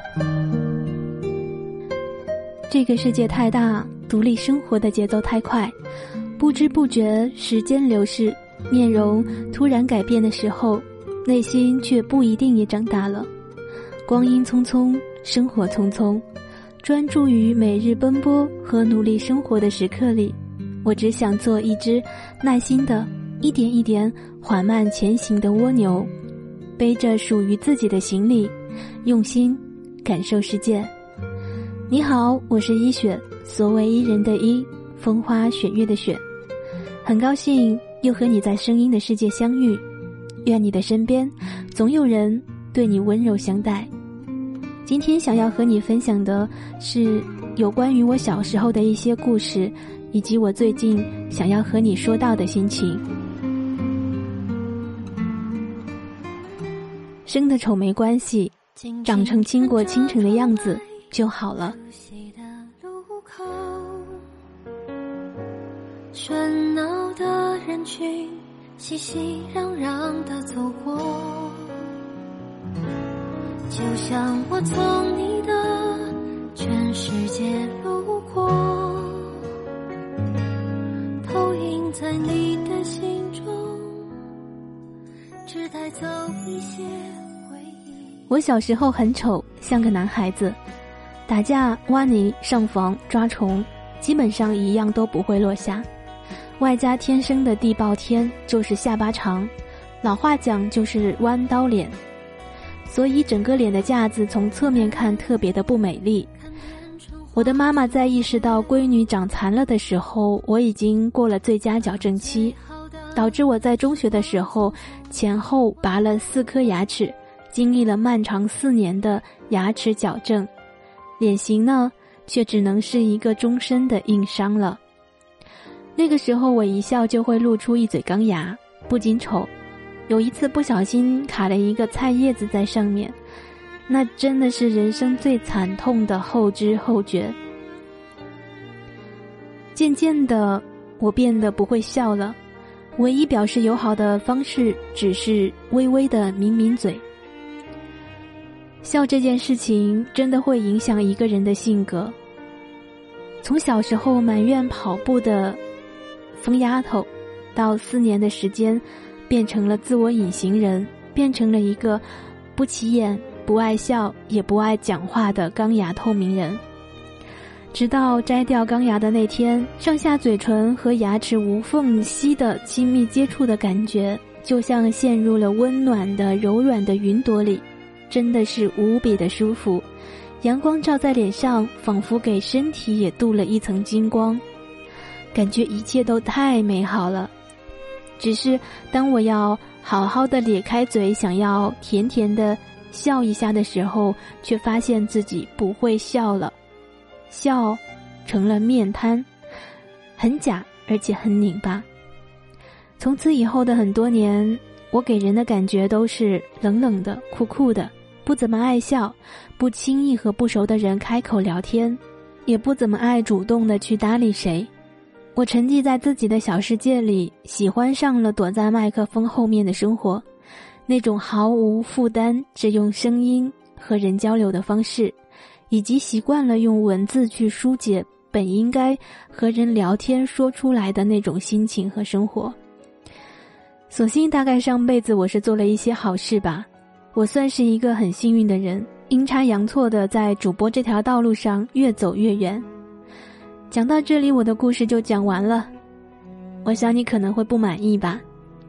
这个世界太大，独立生活的节奏太快，不知不觉时间流逝，面容突然改变的时候，内心却不一定也长大了。光阴匆匆，生活匆匆，专注于每日奔波和努力生活的时刻里，我只想做一只耐心的一点一点缓慢前行的蜗牛，背着属于自己的行李，用心感受世界。你好，我是一雪，所谓伊人的伊，风花雪月的雪。很高兴又和你在声音的世界相遇，愿你的身边总有人对你温柔相待。今天想要和你分享的是有关于我小时候的一些故事，以及我最近想要和你说到的心情。生得丑没关系，长成倾国倾城的样子就好了。 喧闹的人群熙熙攘攘地走过，就像我从你的全世界路过，投影在你的心中，只带走一些回忆。 我小时候很丑，像个男孩子，打架、挖泥、上房、抓虫，基本上一样都不会落下。外加天生的地爆天，就是下巴长，老话讲就是弯刀脸，所以整个脸的架子从侧面看特别的不美丽。我的妈妈在意识到闺女长残了的时候，我已经过了最佳矫正期，导致我在中学的时候前后拔了4颗牙齿，经历了漫长4年的牙齿矫正，脸型呢却只能是一个终身的硬伤了。那个时候我一笑就会露出一嘴钢牙，不仅丑，有一次不小心卡了一个菜叶子在上面，那真的是人生最惨痛的后知后觉。渐渐的我变得不会笑了，唯一表示友好的方式只是微微的抿抿嘴。笑这件事情真的会影响一个人的性格，从小时候满院跑步的疯丫头，到4年的时间变成了自我隐形人，变成了一个不起眼、不爱笑也不爱讲话的钢牙透明人。直到摘掉钢牙的那天，上下嘴唇和牙齿无缝隙的亲密接触的感觉，就像陷入了温暖的柔软的云朵里，真的是无比的舒服。阳光照在脸上，仿佛给身体也镀了一层金光，感觉一切都太美好了。只是当我要好好的咧开嘴，想要甜甜的笑一下的时候，却发现自己不会笑了，笑成了面瘫，很假而且很拧巴。从此以后的很多年，我给人的感觉都是冷冷的、酷酷的，不怎么爱笑，不轻易和不熟的人开口聊天，也不怎么爱主动的去搭理谁。我沉寂在自己的小世界里，喜欢上了躲在麦克风后面的生活，那种毫无负担，只用声音和人交流的方式，以及习惯了用文字去疏解本应该和人聊天说出来的那种心情和生活。所幸大概上辈子我是做了一些好事吧，我算是一个很幸运的人，阴差阳错的在主播这条道路上越走越远。讲到这里，我的故事就讲完了，我想你可能会不满意吧。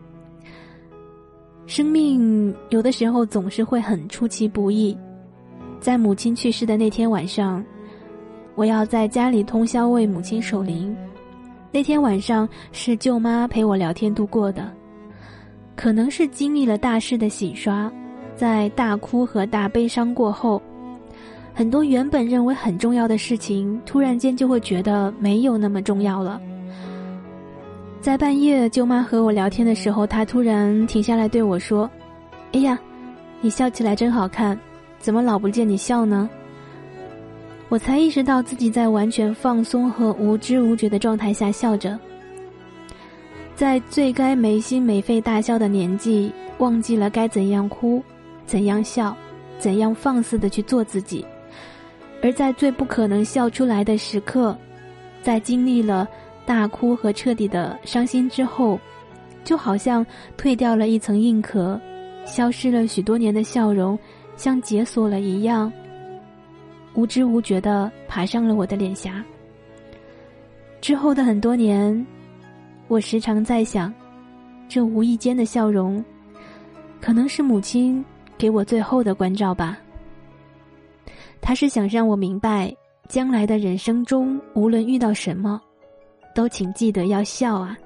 生命有的时候总是会很出其不意。在母亲去世的那天晚上，我要在家里通宵为母亲守灵。那天晚上是舅妈陪我聊天度过的，可能是经历了大事的洗刷，在大哭和大悲伤过后，很多原本认为很重要的事情，突然间就会觉得没有那么重要了。在半夜舅妈和我聊天的时候，她突然停下来对我说：哎呀，你笑起来真好看，怎么老不见你笑呢？我才意识到自己在完全放松和无知无觉的状态下笑着，在最该没心没肺大笑的年纪，忘记了该怎样哭怎样笑， 怎样放肆地去做自己。而在最不可能笑出来的时刻，在经历了大哭和彻底的伤心之后，就好像褪掉了一层硬壳，消失了许多年的笑容像解锁了一样，无知无觉地爬上了我的脸颊。之后的很多年，我时常在想，这无意间的笑容可能是母亲给我最后的关照吧。她是想让我明白，将来的人生中无论遇到什么，都请记得要笑啊。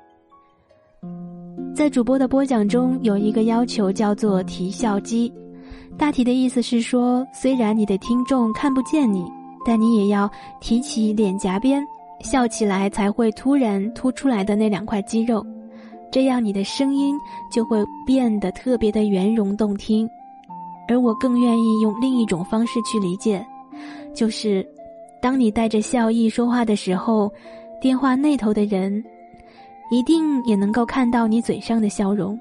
在主播的播讲中有一个要求叫做提笑肌，大体的意思是说，虽然你的听众看不见你，但你也要提起脸颊边，笑起来才会突然凸出来的那2块肌肉，这样你的声音就会变得特别的圆融动听。而我更愿意用另一种方式去理解，就是当你带着笑意说话的时候，电话那头的人一定也能够看到你嘴上的笑容。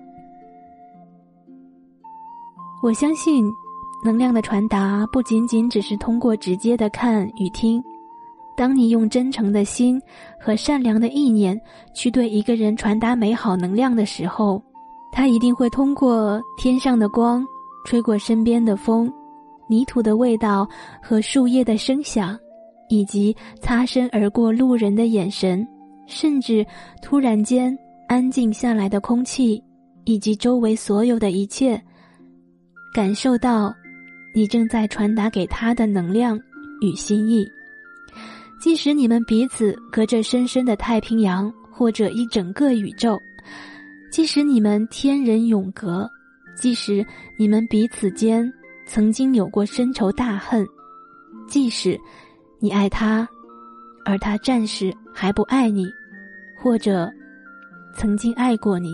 我相信能量的传达不仅仅只是通过直接的看与听，当你用真诚的心和善良的意念去对一个人传达美好能量的时候，他一定会通过天上的光，吹过身边的风，泥土的味道和树叶的声响，以及擦身而过路人的眼神，甚至突然间安静下来的空气，以及周围所有的一切，感受到你正在传达给他的能量与心意。即使你们彼此隔着深深的太平洋或者一整个宇宙，即使你们天人永隔，即使你们彼此间曾经有过深仇大恨，即使你爱他，而他暂时还不爱你，或者曾经爱过你。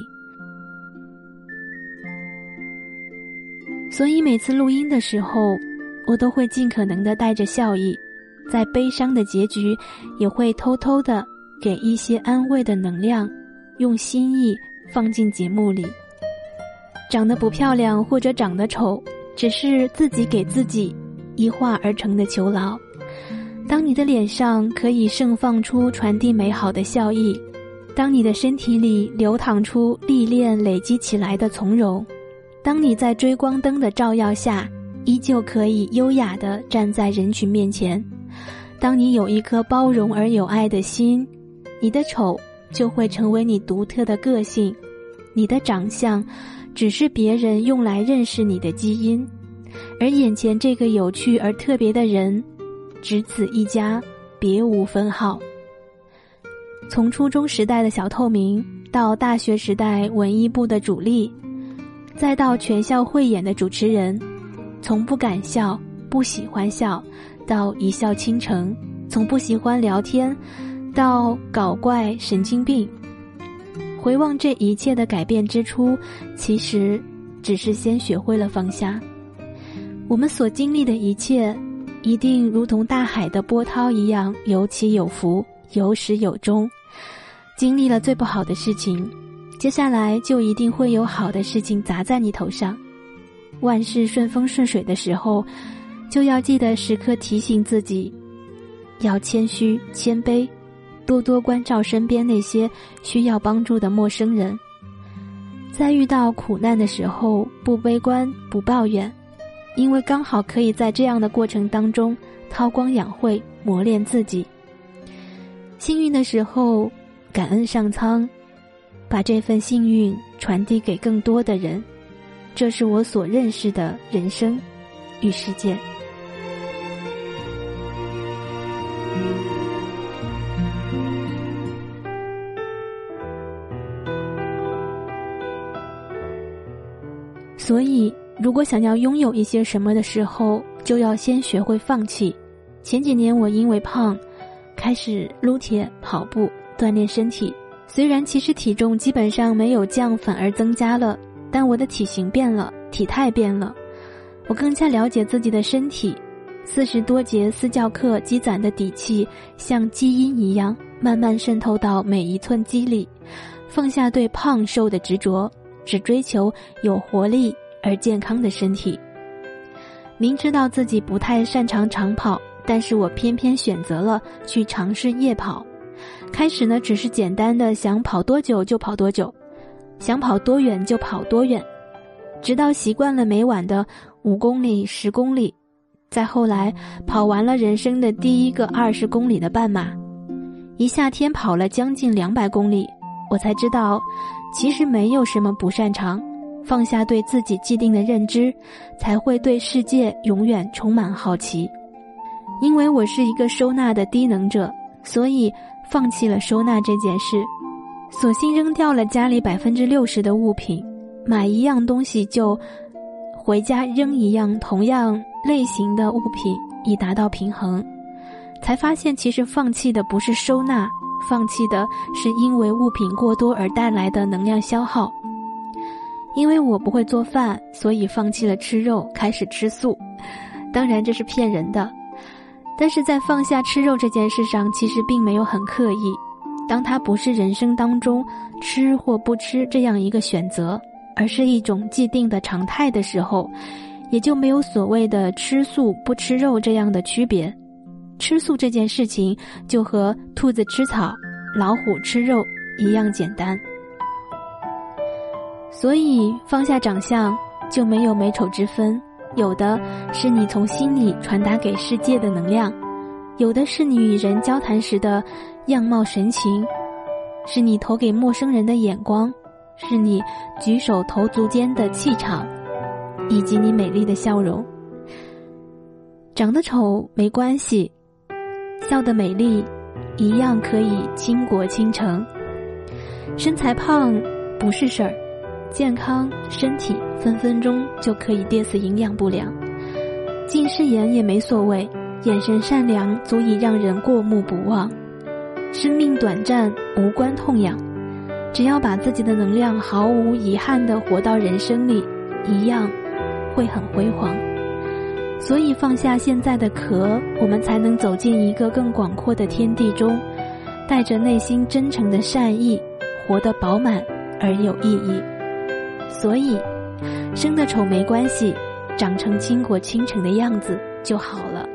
所以每次录音的时候，我都会尽可能地带着笑意，在悲伤的结局也会偷偷地给一些安慰的能量，用心意放进节目里。长得不漂亮或者长得丑，只是自己给自己一化而成的囚牢。当你的脸上可以盛放出传递美好的笑意，当你的身体里流淌出历练累积起来的从容，当你在追光灯的照耀下依旧可以优雅地站在人群面前，当你有一颗包容而有爱的心，你的丑就会成为你独特的个性，你的长相只是别人用来认识你的基因，而眼前这个有趣而特别的人，只此一家，别无分号。从初中时代的小透明，到大学时代文艺部的主力，再到全校汇演的主持人，从不敢笑，不喜欢笑，到一笑倾城，从不喜欢聊天，到搞怪神经病。回望这一切的改变之初，其实只是先学会了放下。我们所经历的一切，一定如同大海的波涛一样，有起有伏，有始有终。经历了最不好的事情，接下来就一定会有好的事情砸在你头上。万事顺风顺水的时候，就要记得时刻提醒自己，要谦虚谦卑，多多关照身边那些需要帮助的陌生人。在遇到苦难的时候，不悲观不抱怨，因为刚好可以在这样的过程当中韬光养晦，磨练自己。幸运的时候感恩上苍，把这份幸运传递给更多的人。这是我所认识的人生与世界。所以如果想要拥有一些什么的时候，就要先学会放弃。前几年我因为胖开始撸铁跑步锻炼身体，虽然其实体重基本上没有降反而增加了，但我的体型变了，体态变了，我更加了解自己的身体。40多节私教课积攒的底气像基因一样慢慢渗透到每一寸肌里，放下对胖瘦的执着，只追求有活力而健康的身体。 明知道自己不太擅长长跑，但是我偏偏选择了去尝试夜跑。开始呢，只是简单的想跑多久就跑多久，想跑多远就跑多远，直到习惯了每晚的5公里、10公里，再后来跑完了人生的第一个20公里的半马。一夏天跑了将近200公里，我才知道其实没有什么不擅长，放下对自己既定的认知，才会对世界永远充满好奇。因为我是一个收纳的低能者，所以放弃了收纳这件事，索性扔掉了家里60%的物品，买一样东西就回家扔一样同样类型的物品，以达到平衡。才发现其实放弃的不是收纳，放弃的是因为物品过多而带来的能量消耗。因为我不会做饭，所以放弃了吃肉，开始吃素。当然这是骗人的，但是在放下吃肉这件事上，其实并没有很刻意。当它不是人生当中吃或不吃这样一个选择，而是一种既定的常态的时候，也就没有所谓的吃素不吃肉这样的区别。吃素这件事情就和兔子吃草、老虎吃肉一样简单。所以放下长相就没有美丑之分，有的是你从心里传达给世界的能量，有的是你与人交谈时的样貌神情，是你投给陌生人的眼光，是你举手投足间的气场，以及你美丽的笑容。长得丑没关系，笑得美丽一样可以倾国倾城。身材胖不是事儿，健康身体分分钟就可以跌死营养不良。近视眼也没所谓，眼神善良足以让人过目不忘。生命短暂无关痛痒，只要把自己的能量毫无遗憾地活到人生里，一样会很辉煌。所以放下现在的壳，我们才能走进一个更广阔的天地中，带着内心真诚的善意，活得饱满而有意义。所以生得丑没关系，长成倾国倾城的样子就好了。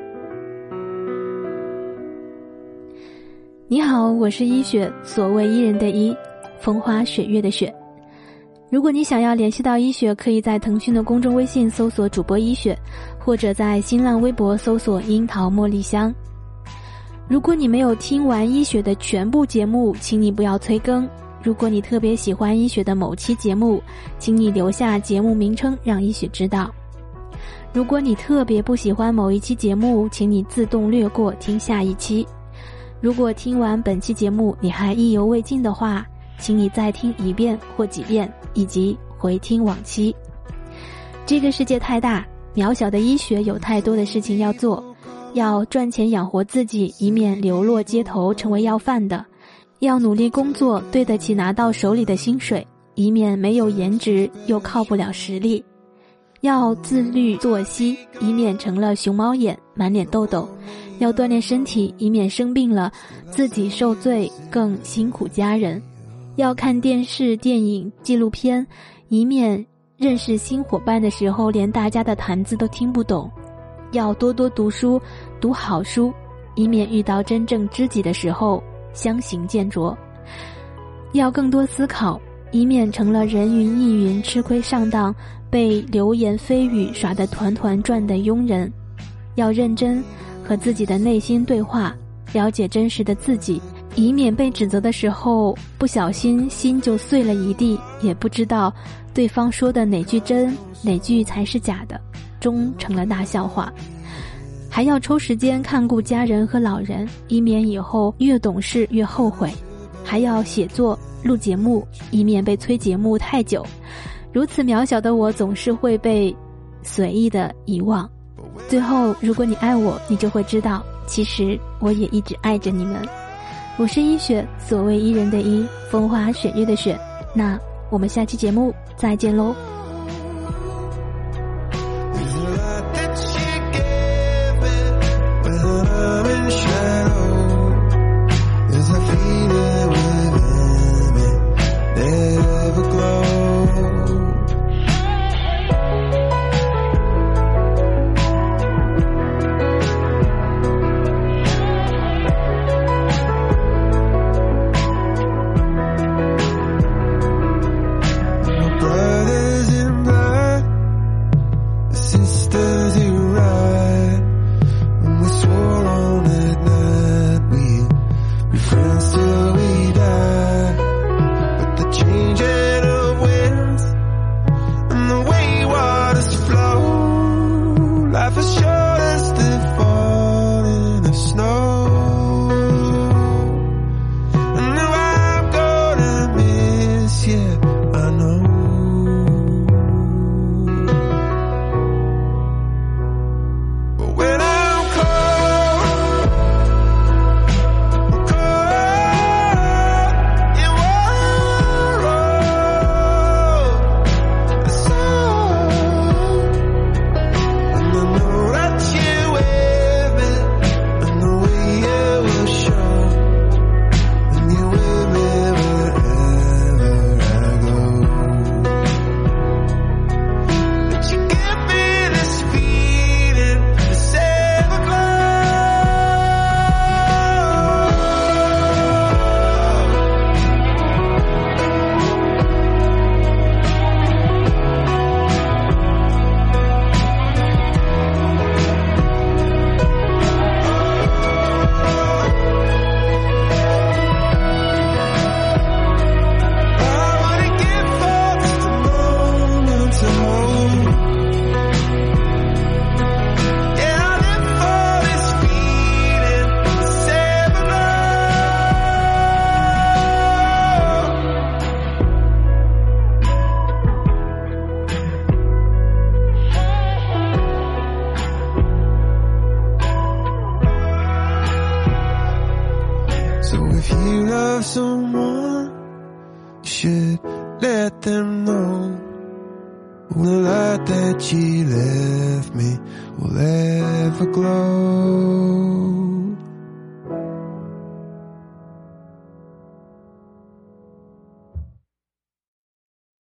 你好，我是一雪，所谓伊人的伊，风花雪月的雪。如果你想要联系到医学，可以在腾讯的公众微信搜索主播医学，或者在新浪微博搜索樱桃茉莉香。如果你没有听完医学的全部节目，请你不要催更。如果你特别喜欢医学的某期节目，请你留下节目名称让医学知道。如果你特别不喜欢某一期节目，请你自动略过听下一期。如果听完本期节目你还意犹未尽的话，请你再听1遍或几遍，以及回听往期。这个世界太大，渺小的医学有太多的事情要做，要赚钱养活自己，以免流落街头成为要饭的；要努力工作，对得起拿到手里的薪水，以免没有颜值又靠不了实力；要自律作息，以免成了熊猫眼满脸痘痘；要锻炼身体，以免生病了自己受罪更辛苦家人；要看电视、电影、纪录片，以免认识新伙伴的时候连大家的谈资都听不懂；要多多读书，读好书，以免遇到真正知己的时候相形见拙；要更多思考，以免成了人云亦云、吃亏上当、被流言蜚语耍得团团转的庸人；要认真和自己的内心对话，了解真实的自己，以免被指责的时候不小心心就碎了一地，也不知道对方说的哪句真哪句才是假的，终成了大笑话；还要抽时间看顾家人和老人，以免以后越懂事越后悔；还要写作录节目，以免被催节目太久。如此渺小的我总是会被随意的遗忘。最后，如果你爱我，你就会知道，其实我也一直爱着你们。我是一雪，所谓伊人的伊，风花雪月的雪。那我们下期节目再见喽。 sisters who ride. When we swore on at night we'd be friends till we die. But the changing of winds and the way waters flow, life is short as the falling of snow. And now I'm gonna miss you, I know. But when I'm cold, you are the sun. And I know that you're with me, and the way you will show, and you're with me wherever I go. But you give me this feeling, this everglow. I wanna give for just a moment to hold. Yeah, I live for this feeling, this everglow. So if you love someone, you should let them know the light that you left me will ever glow.